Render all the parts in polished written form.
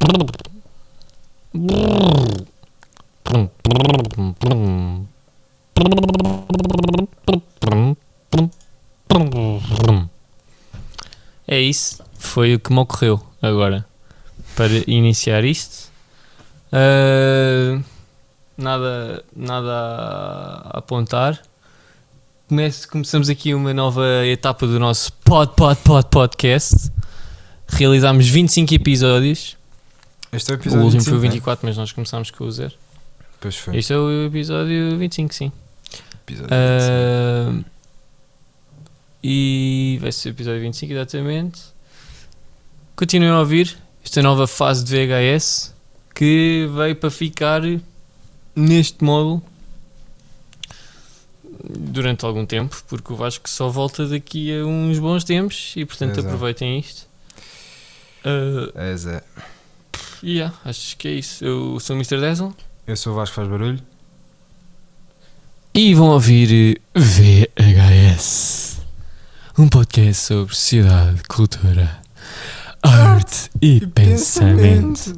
É isso, foi o que me ocorreu agora para iniciar isto. Nada a apontar. Começamos aqui uma nova etapa do nosso podcast. Realizámos 25 episódios. Este é o episódio O último 25, foi o 24, mas nós começámos com o 0. Pois foi. Este é o episódio 25, sim. Episódio E vai ser o episódio 25, exatamente. Continuem a ouvir esta nova fase de VHS que veio para ficar neste modo durante algum tempo, porque o Vasco só volta daqui a uns bons tempos e portanto Exato. aproveitem isto. É Zé. Acho que é isso. Eu sou o Mr. Dazzle Eu sou o Vasco Faz Barulho. e vão ouvir VHS, um podcast sobre sociedade, cultura, arte e pensamento.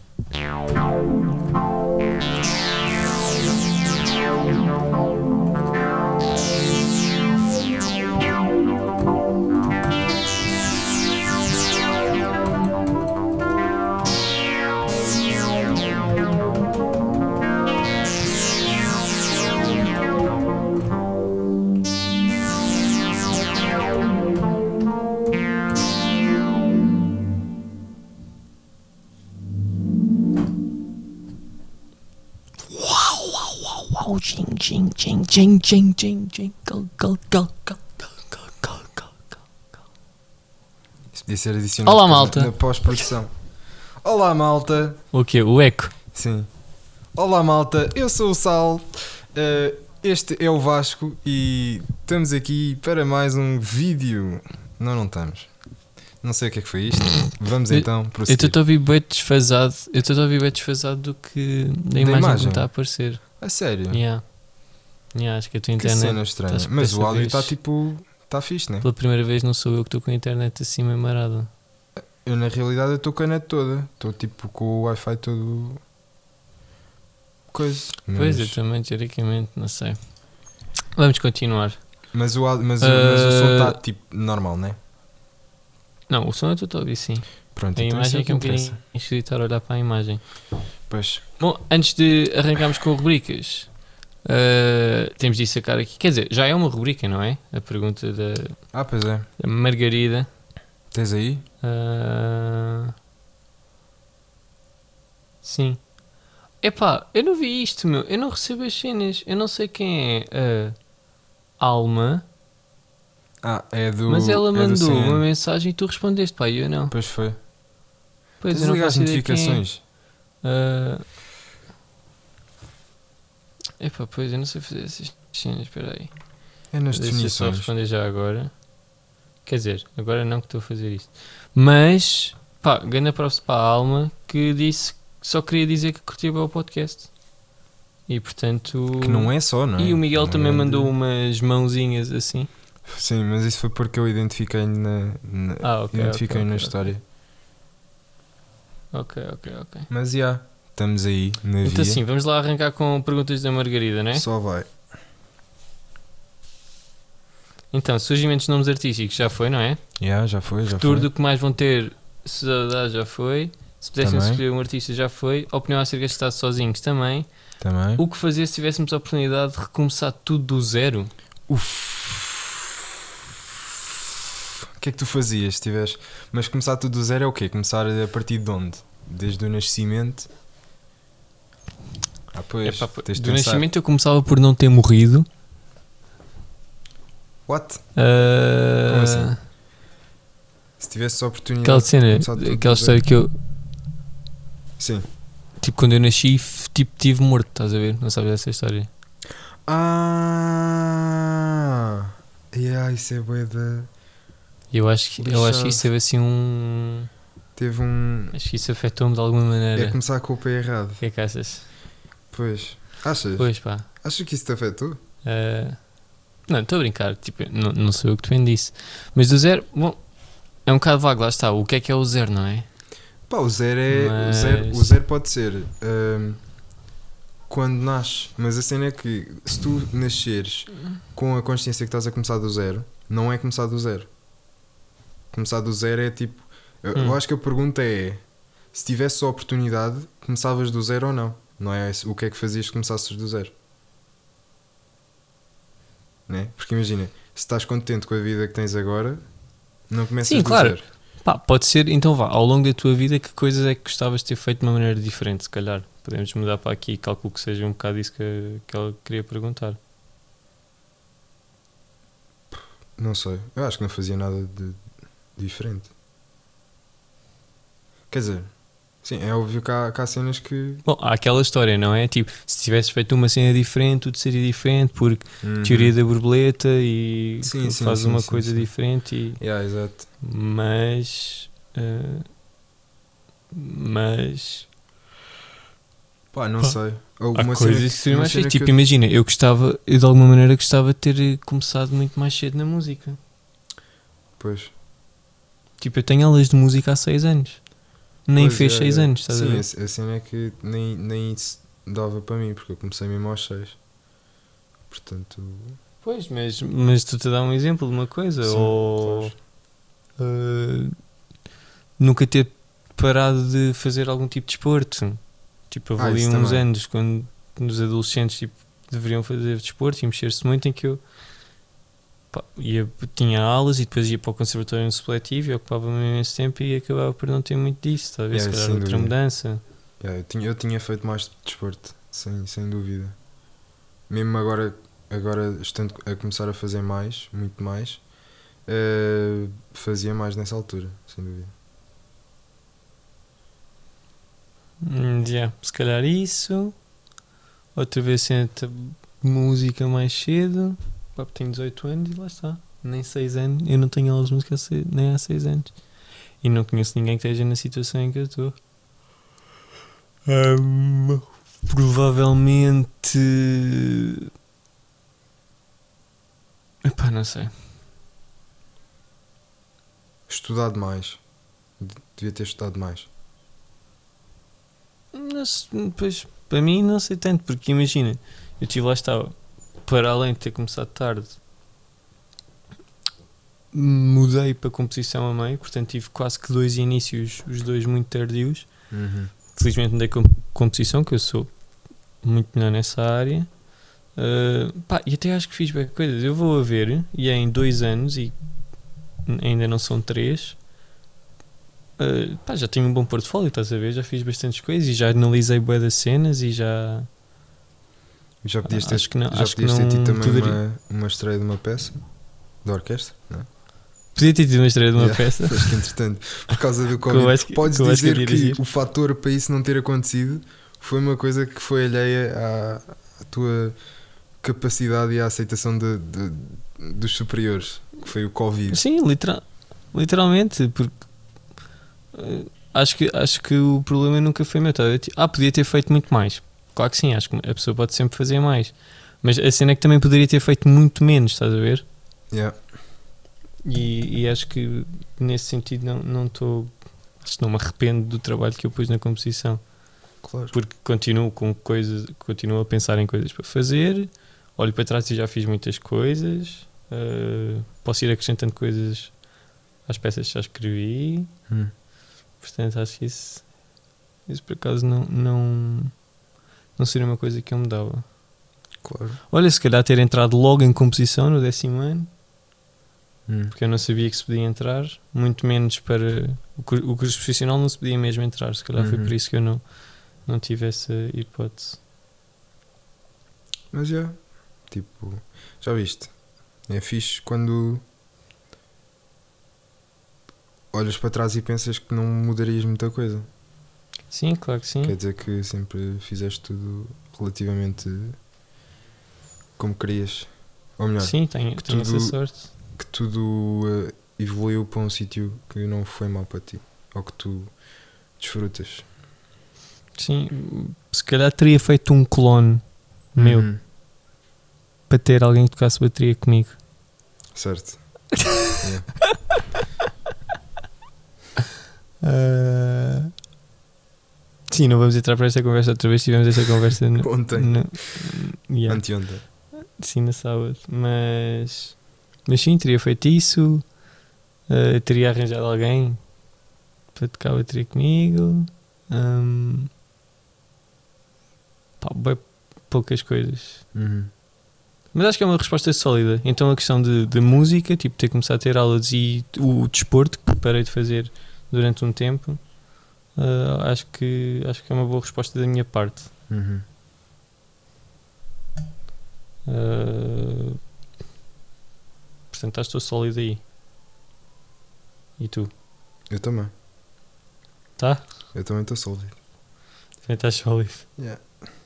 Isso podia ser adicionado Olá, depois malta. na pós-produção. Olá, malta. O quê? O eco? Sim. Olá, malta. Eu sou o Sal. Este é o Vasco e estamos aqui para mais um vídeo. Não estamos. Não sei o que é que foi isto. Vamos então Eu prosseguir. estou a ouvir bem desfasado. Eu estou a ouvir bem desfasado do que da imagem que me está a aparecer. A sério? Acho que a tua Que internet. cena estranha. estás Mas dessa o áudio vez- está tipo... Está fixe, né? Pela primeira vez não sou eu que estou com a internet assim meio marada. Eu na realidade estou com a net toda. Estou tipo com o Wi-Fi todo... Coisa. Pois, eu também, teoricamente, não sei. Vamos continuar. Mas o som está tipo normal, né? Não, o som eu estou a ouvir, sim. Pronto, A então isso imagem é que é um interessa. bocadinho esquisito estar a olhar para a imagem. Pois. Bom, antes de arrancarmos com rubricas, temos de sacar aqui. Quer dizer, já é uma rubrica, não é? A pergunta da Pois é. Margarida. Tens aí? Sim. Epá, eu não vi isto, meu. Eu não recebo as cenas. Eu não sei quem é a Alma, É do... mas ela é do mandou CNN. uma mensagem e tu respondeste, pá, e eu não. Pois foi. Pois, Tens eu não ligado as faço ideia quem é. notificações? Epá, pois, eu não sei fazer essas cenas, espera aí. É nas Deixa eu só definições. responder já agora. Quer dizer, agora não que estou a fazer isto. Mas, pá, ganha para a Alma que disse que só queria dizer que curtia bem o podcast. E portanto... Que não é só, não é? E o Miguel Não também é mandou de- umas mãozinhas assim. Sim, mas isso foi porque eu identifiquei Ok. identifiquei na história. Ok. Mas já, estamos aí na Então via. sim, vamos lá arrancar com perguntas da Margarida, não é? Só vai. Então, surgimentos de nomes artísticos já foi, não é? Já foi. Futuro do que mais vão ter saudade já foi. Se pudessem Também. escolher um artista já foi. Opinião acerca de estar sozinhos também. Também. O que fazer se tivéssemos a oportunidade de recomeçar tudo do zero? O que é que tu fazias se tivesse... Mas começar tudo do zero é o quê? Começar a partir de onde? Desde o nascimento? Pois, Epá, tens de do pensar. nascimento eu começava por não ter morrido. What? Ah, Como assim? Se tivesse a oportunidade aquela cena, de começar tudo do aquela zero. história que eu, Sim. tipo, quando eu nasci, tipo, tive morto, estás a ver? Não sabes essa história? Isso é bué da... E eu acho que isso teve assim um... Teve um... Acho que isso afetou-me de alguma É maneira. começar com o pé errado. O que é que achas? Pois. Achas? Pois pá. Achas que isso te afetou? Não, estou a brincar, tipo, não sou eu que defendo isso. Mas do zero, bom, é um bocado vago, lá está. O que é o zero, não é? Pá, o zero é. Mas- O zero pode ser quando nasces. Mas a cena é que se tu nasceres com a consciência que estás a começar do zero, não é começar do zero. Começar do zero é tipo. Eu acho que a pergunta é: se tivesse a oportunidade, começavas do zero ou não? Não é o que é que fazias se começasses do zero? Né? Porque imagina, se estás contente com a vida que tens agora, não começas Sim, do claro. zero. Pá, pode ser, então vá, ao longo da tua vida, que coisas é que gostavas de ter feito de uma maneira diferente, se calhar? Podemos mudar para aqui, calculo que seja um bocado isso que ela queria perguntar. Não sei. Eu acho que não fazia nada de diferente. Quer dizer, sim, é óbvio que há cenas que. Bom, há aquela história, não é? Tipo, se tivesses feito uma cena diferente, tudo seria diferente, porque Uhum. teoria da borboleta e Sim, sim, fazes sim, uma sim, coisa sim. diferente e... Yeah, exato. Mas Pá, não Pá, sei. Ou há uma coisas cena que seriam uma mais cena fixas. que Tipo, eu- imagina, eu de alguma maneira gostava de ter começado muito mais cedo na música. Pois. Tipo, eu tenho aulas de música há 6 anos. Nem Pois, fez yeah, 6 yeah. anos, estás a Sim, ver? a cena é que nem isso dava para mim, porque eu comecei mesmo aos 6. Portanto. Pois, mas tu te dá um exemplo de uma coisa, Sim, ou nunca ter parado de fazer algum tipo de desporto. Tipo, houve ali isso uns também. anos quando os adolescentes tipo, deveriam fazer desporto e mexer-se muito, em que eu pá, tinha aulas e depois ia para o conservatório no supletivo e ocupava-me imenso tempo e acabava por não ter muito disso, talvez, Yeah, se calhar sem outra dúvida. mudança. Yeah, eu tinha feito mais desporto, sem dúvida. Mesmo agora estando a começar a fazer mais, muito mais, fazia mais nessa altura, sem dúvida. Yeah, se calhar isso. Outra vez senta música mais cedo. Pá, tenho 18 anos e lá está. Nem 6 anos. Eu não tenho aulas de música nem há 6 anos. E não conheço ninguém que esteja na situação em que eu estou. Provavelmente. Epá, não sei. Estudado mais. Devia ter estudado mais. Pois, para mim, não sei tanto, porque imagina, eu tive lá estava, para além de ter começado tarde, mudei para composição a meio, portanto tive quase que 2 inícios, os 2 muito tardios. Uhum. Felizmente mudei com composição, que eu sou muito melhor nessa área. Pá, e até acho que fiz bem coisas. Eu vou a ver, e é em 2 anos, e ainda não são 3. Pá, já tenho um bom portfólio, estás a ver? Já fiz bastantes coisas e já analisei bué das cenas e já. Já podias ter, Acho que não, já acho que podias ter não tido também poderia. uma estreia de uma peça de orquestra, não é? Podia ter tido uma estreia de uma Yeah, peça. Mas que entretanto, por causa do Que eu acho Covid, que- podes que eu acho que dizer ia que dirigir. o fator para isso não ter acontecido foi uma coisa que foi alheia à tua capacidade e à aceitação dos superiores, que foi o Covid. Sim, literalmente, porque acho que o problema nunca foi meu. Podia ter feito muito mais. Claro que sim, acho que a pessoa pode sempre fazer mais. Mas a cena é que também poderia ter feito muito menos, estás a ver? Yeah. E acho que nesse sentido não estou. Acho que não me arrependo do trabalho que eu pus na composição. Claro. Porque continuo com coisas, continuo a pensar em coisas para fazer, olho para trás e já fiz muitas coisas, posso ir acrescentando coisas às peças que já escrevi, portanto acho que isso por acaso não seria uma coisa que eu me dava. Claro. Olha, se calhar ter entrado logo em composição no 10º ano, porque eu não sabia que se podia entrar, muito menos para o curso profissional não se podia mesmo entrar, se calhar foi por isso que eu não tive essa hipótese. Mas tipo, já viste? É fixe quando olhas para trás e pensas que não mudarias muita coisa. Sim, claro que sim. Quer dizer que sempre fizeste tudo relativamente como querias. Ou melhor, Sim, tenho essa sorte. que tudo evoluiu para um sítio que não foi mal para ti. Ou que tu desfrutas. Sim, se calhar teria feito um clone meu para ter alguém que tocasse bateria comigo. Certo. Sim, não vamos entrar para esta conversa outra vez. Tivemos esta conversa Ontem. Yeah. Anteontem. Sim, na sábado. Mas sim, teria feito isso. Teria arranjado alguém para tocar a bateria comigo. Bem poucas coisas. Mas acho que é uma resposta sólida. Então a questão de música, tipo ter começado a ter aulas e o desporto que parei de fazer durante um tempo, acho que é uma boa resposta da minha parte. Portanto, estou sólido aí. E tu? Eu também. Tá? Eu também estou sólido. Também estás sólido. Yeah.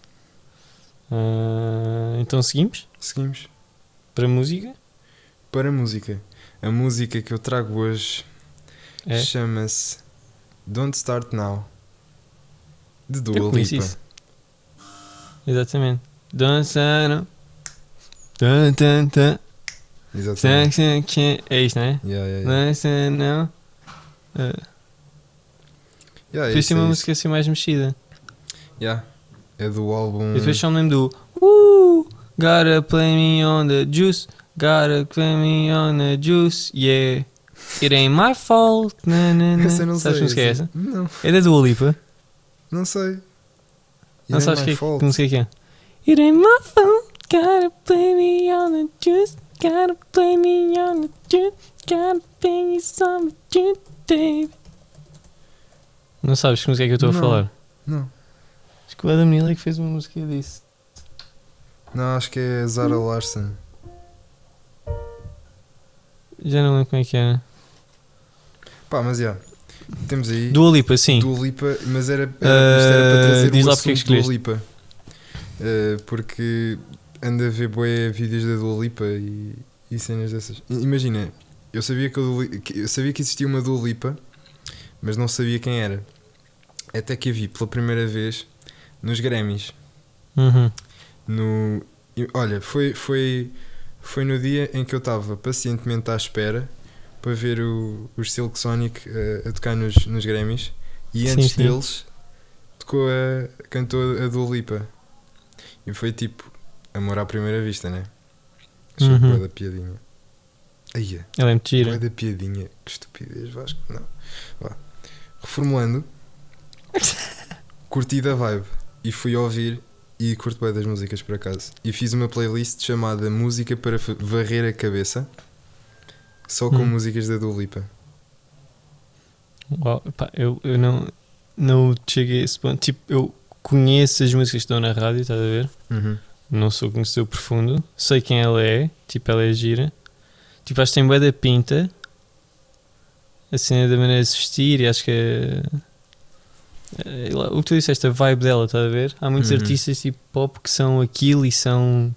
Então seguimos Seguimos para a música. para a música. A música que eu trago hoje É. chama-se Don't Start Now, de Eu Dua conheci Lipa. isso. Exatamente. Dançando. Tan, tan, tan. Exatamente. É isto, não é? Yeah. Dançando. Yeah, Depois tem uma é música assim mais mexida. Yeah. É do álbum. E depois só me lembro do Gotta play me on the juice. Gotta play me on the juice. Yeah. It ain't my fault. Essa eu não Sabes que sei. música é essa? Não, É da Dua Lipa. não sei. Não It sabes ain't my que fault. música é que é? It ain't my fault. Gotta play me on the juice. Gotta play me on the juice. Gotta play me some juice, baby. Não sabes que música é que eu estou a Não. falar? Não. Acho que o Adam Neely é que fez uma música disso. Não, acho que é Zara Larsson. Já não lembro como é que era. Pá, mas já. Temos aí Dua Lipa, sim. Dua Lipa, mas era isto era para trazer diz o lá porque é que assunto Dua escolheste. Lipa. Porque ando a ver bué vídeos da Dua Lipa e cenas dessas. Imagina, eu sabia eu sabia que existia uma Dua Lipa, mas não sabia quem era. Até que a vi pela primeira vez nos Grammys. Uhum. Olha, foi no dia em que eu estava pacientemente à espera para ver os Silk Sonic a tocar nos Grammys, e antes Sim. deles cantou a Dua Lipa, e foi tipo amor à primeira vista, né? Achei Uhum. bué da piadinha. Aia, Ela é muito bué gira. da piadinha, que estupidez, Vasco. Não. Vá. Reformulando, curti da vibe e fui ouvir. E curto bem das músicas, por acaso. E fiz uma playlist chamada Música para Varrer a Cabeça, só com músicas da Dua Lipa. Uau, pá, eu não cheguei a esse ponto. Tipo, eu conheço as músicas que estão na rádio, estás a ver? Não sou conhecedor profundo. Sei quem ela é. Tipo, ela é gira. Tipo, acho que tem bué da pinta. A cena da maneira de se vestir. E acho que o que tu disseste, a vibe dela, estás a ver? Há muitos artistas tipo pop que são aquilo e são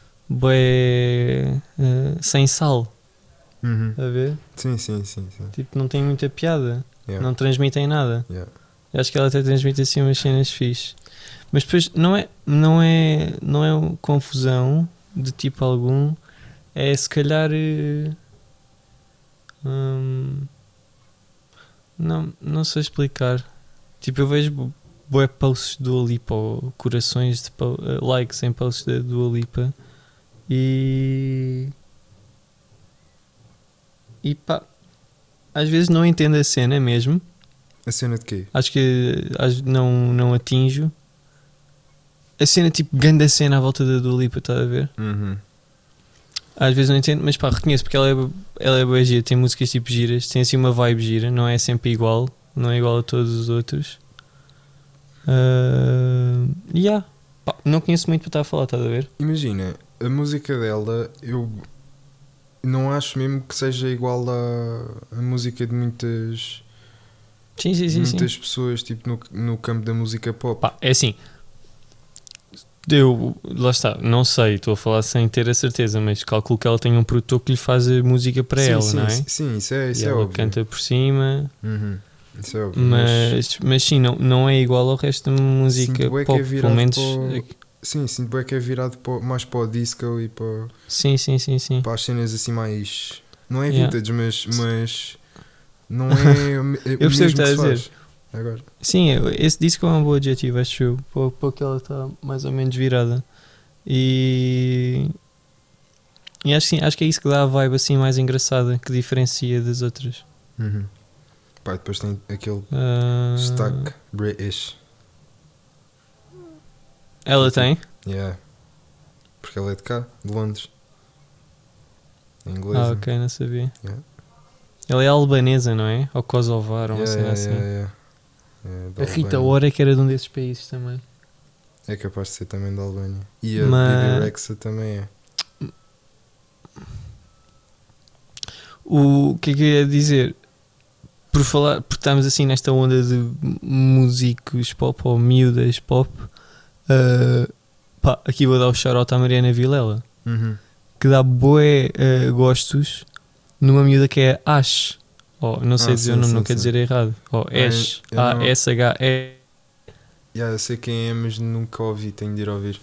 bué sem sal. Estás a ver? Sim. Tipo, não tem muita piada. Yeah. Não transmitem nada. Yeah. Eu acho que ela até transmite assim umas cenas fixe. Mas depois não é confusão de tipo algum. É se calhar não sei explicar. Tipo, eu vejo bué posts do Dua Lipa ou corações de likes em posts da Dua Lipa e pá, às vezes não entendo a cena mesmo. A cena de quê? Acho que não atinjo a cena, tipo, grande cena à volta da Dua Lipa, estás a ver? Às vezes não entendo, mas pá, reconheço porque ela é boa gira, tem músicas tipo giras, tem assim uma vibe gira, não é sempre igual, não é igual a todos os outros. Pá, não conheço muito para estar a falar, estás a ver? Imagina, a música dela, eu não acho mesmo que seja igual a música de muitas Sim. pessoas, tipo no campo da música pop. Pá, é assim, lá está, não sei, estou a falar sem ter a certeza, mas calculo que ela tem um produtor que lhe faz a música para ela, não é? Sim, isso é e ela óbvio. canta por cima. Isso é óbvio. Mas sim, não é igual ao resto da música Sinto bué que pop, é virado pelo menos. sinto bem que é virado mais para o disco e para Sim. para as cenas assim mais. Não é Yeah. vintage, mas não é o Eu percebo o que mesmo estás que a se dizer. faz. agora. Sim, esse disco é um bom adjetivo, acho eu. Para que ela está mais ou menos virada. E acho, sim, acho que é isso que dá a vibe assim mais engraçada, que diferencia das outras. Uhum. Pá, depois tem aquele Ah, sotaque British. ela tem? Yeah. Porque ela é de cá, de Londres. É Ah, inglesa. ok, não sabia. Yeah. Ela é albanesa, não é? Ou kosovar, ou uma cena assim. É da A Rita Albânia. Ora que era de um desses países também. É capaz de ser também da Albânia. E a Mas- Bibi Rexha também é. O que é que eu ia dizer? Porque estamos assim nesta onda de músicos pop ou miúdas pop, pá, aqui vou dar o shout-out à Mariana Vilela, Uhum. que dá bué gostos numa miúda que é Ash. Não sei dizer sim, o nome, não sim, quer sim. dizer errado. Ash. eu não- A-S-H-E. Yeah, eu sei quem é, mas nunca ouvi, tenho de ir ouvir.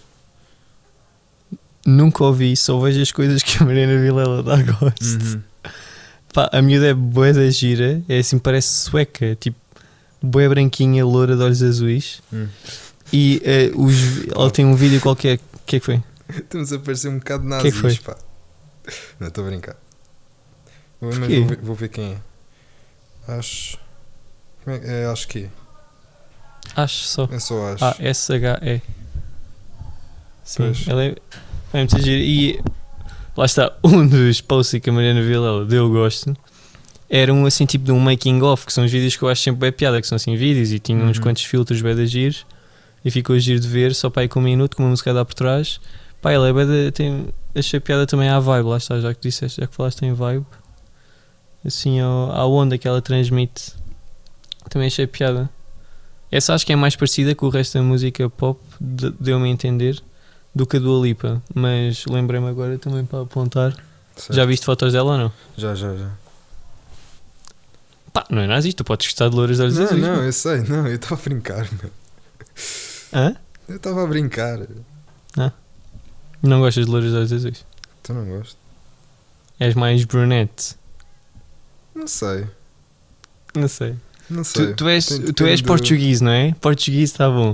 Nunca ouvi, só vejo as coisas que a Mariana Vilela dá gosto. Uhum. Pá, a miúda é bué da gira, é assim, parece sueca, tipo, bué branquinha, loura de olhos azuis. E ela tem um vídeo qualquer. O que é que foi? Estamos a parecer um bocado Que é que nazis, foi? pá. Não, estou a brincar. Mas Porquê? vou ver quem é. Acho. Acho que Acho só. é só acho. A-S-H-E. Sim, Pois. ela é muito gira. E lá está, um dos posts que a Mariana Vilela deu gosto era um assim tipo de um making of, que são os vídeos que eu acho sempre bem piada, que são assim vídeos e tinham uns Uhum. quantos filtros bem de giros e ficou giro de ver, só para aí com um minuto, com uma música a dar por trás. Pá, ela é bué achei piada também à vibe, lá está, já que disseste, já que falaste em vibe, assim à onda que ela transmite, também achei piada. Essa acho que é mais parecida com o resto da música pop, deu-me a entender, do que a Dua Lipa, mas lembrei-me agora também para apontar. Certo. Já viste fotos dela ou não? Já. Pá, não é nazista, tu podes gostar de louras de olhos azuis. Não, eu sei, não, eu estava a brincar, meu. Hã? Eu estava a brincar. Não gostas de louras de olhos azuis? Tu não gosto? És mais brunette? Não sei. Não sei. Não sei. Tu és Depende do- português, não é? Português está bom.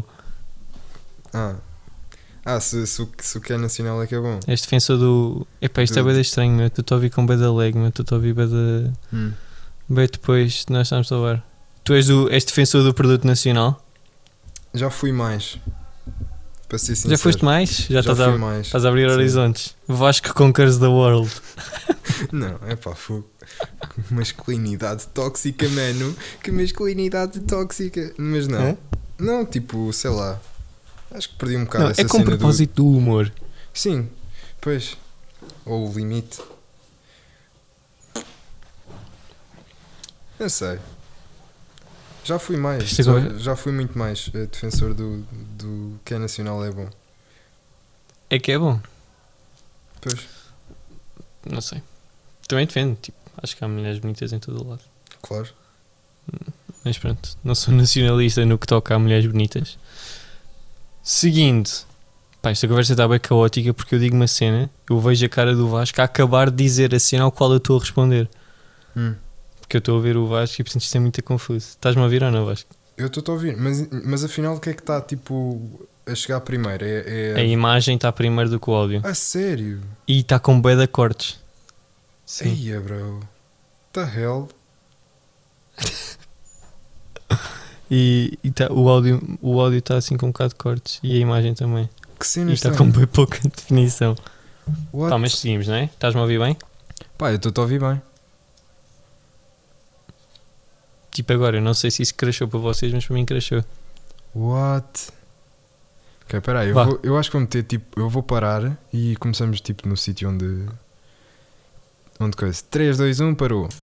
Se o que é nacional é que é bom. És defensor do... Epá, isto é bem estranho, meu. Estou a ouvir com bem da leg, meu. Estou a ouvir bem da... Bem depois de nós estamos a falar. Tu és defensor do produto nacional? Já fui mais. Para ser sincero. Já foste mais? Já estás fui a, mais. estás a abrir Sim. horizontes. Vasco conquers the world. Não, é pá, fogo. Masculinidade tóxica, mano. Que masculinidade tóxica. Mas não. Hã? Não, tipo, sei lá. Acho que perdi um bocado Não, essa é com cena propósito do humor. Sim, pois. Ou o limite. Não sei. Já fui mais. Isto agora- Já fui muito mais defensor do que é nacional é bom. É que é bom. Pois, Não sei. Também defendo. Tipo, acho que há mulheres bonitas em todo o lado. claro. Mas pronto, não sou nacionalista no que toca a mulheres bonitas. Seguindo, pá, esta conversa está bem caótica porque eu digo uma cena, eu vejo a cara do Vasco a acabar de dizer a cena ao qual eu estou a responder. Porque eu estou a ver o Vasco e portanto isto é muito confuso. Estás-me a ouvir ou não, Vasco? Eu estou a ouvir, mas afinal o que é que está tipo a chegar primeiro? A imagem está primeiro do que o áudio. A sério? E está com bué de cortes. Sim. Eia, bro. The hell? E o áudio está assim com um bocado de cortes. E a imagem também. Que E cena está estranha. com bem pouca definição. What? Pá, mas seguimos, não é? Estás-me a ouvir bem? Pá, eu estou a ouvir bem. Tipo agora, eu não sei se isso crashou para vocês, mas para mim crashou. What? Ok, peraí, Vá. eu acho que vou meter tipo, eu vou parar e começamos tipo no sítio onde coisa. 3, 2, 1, parou.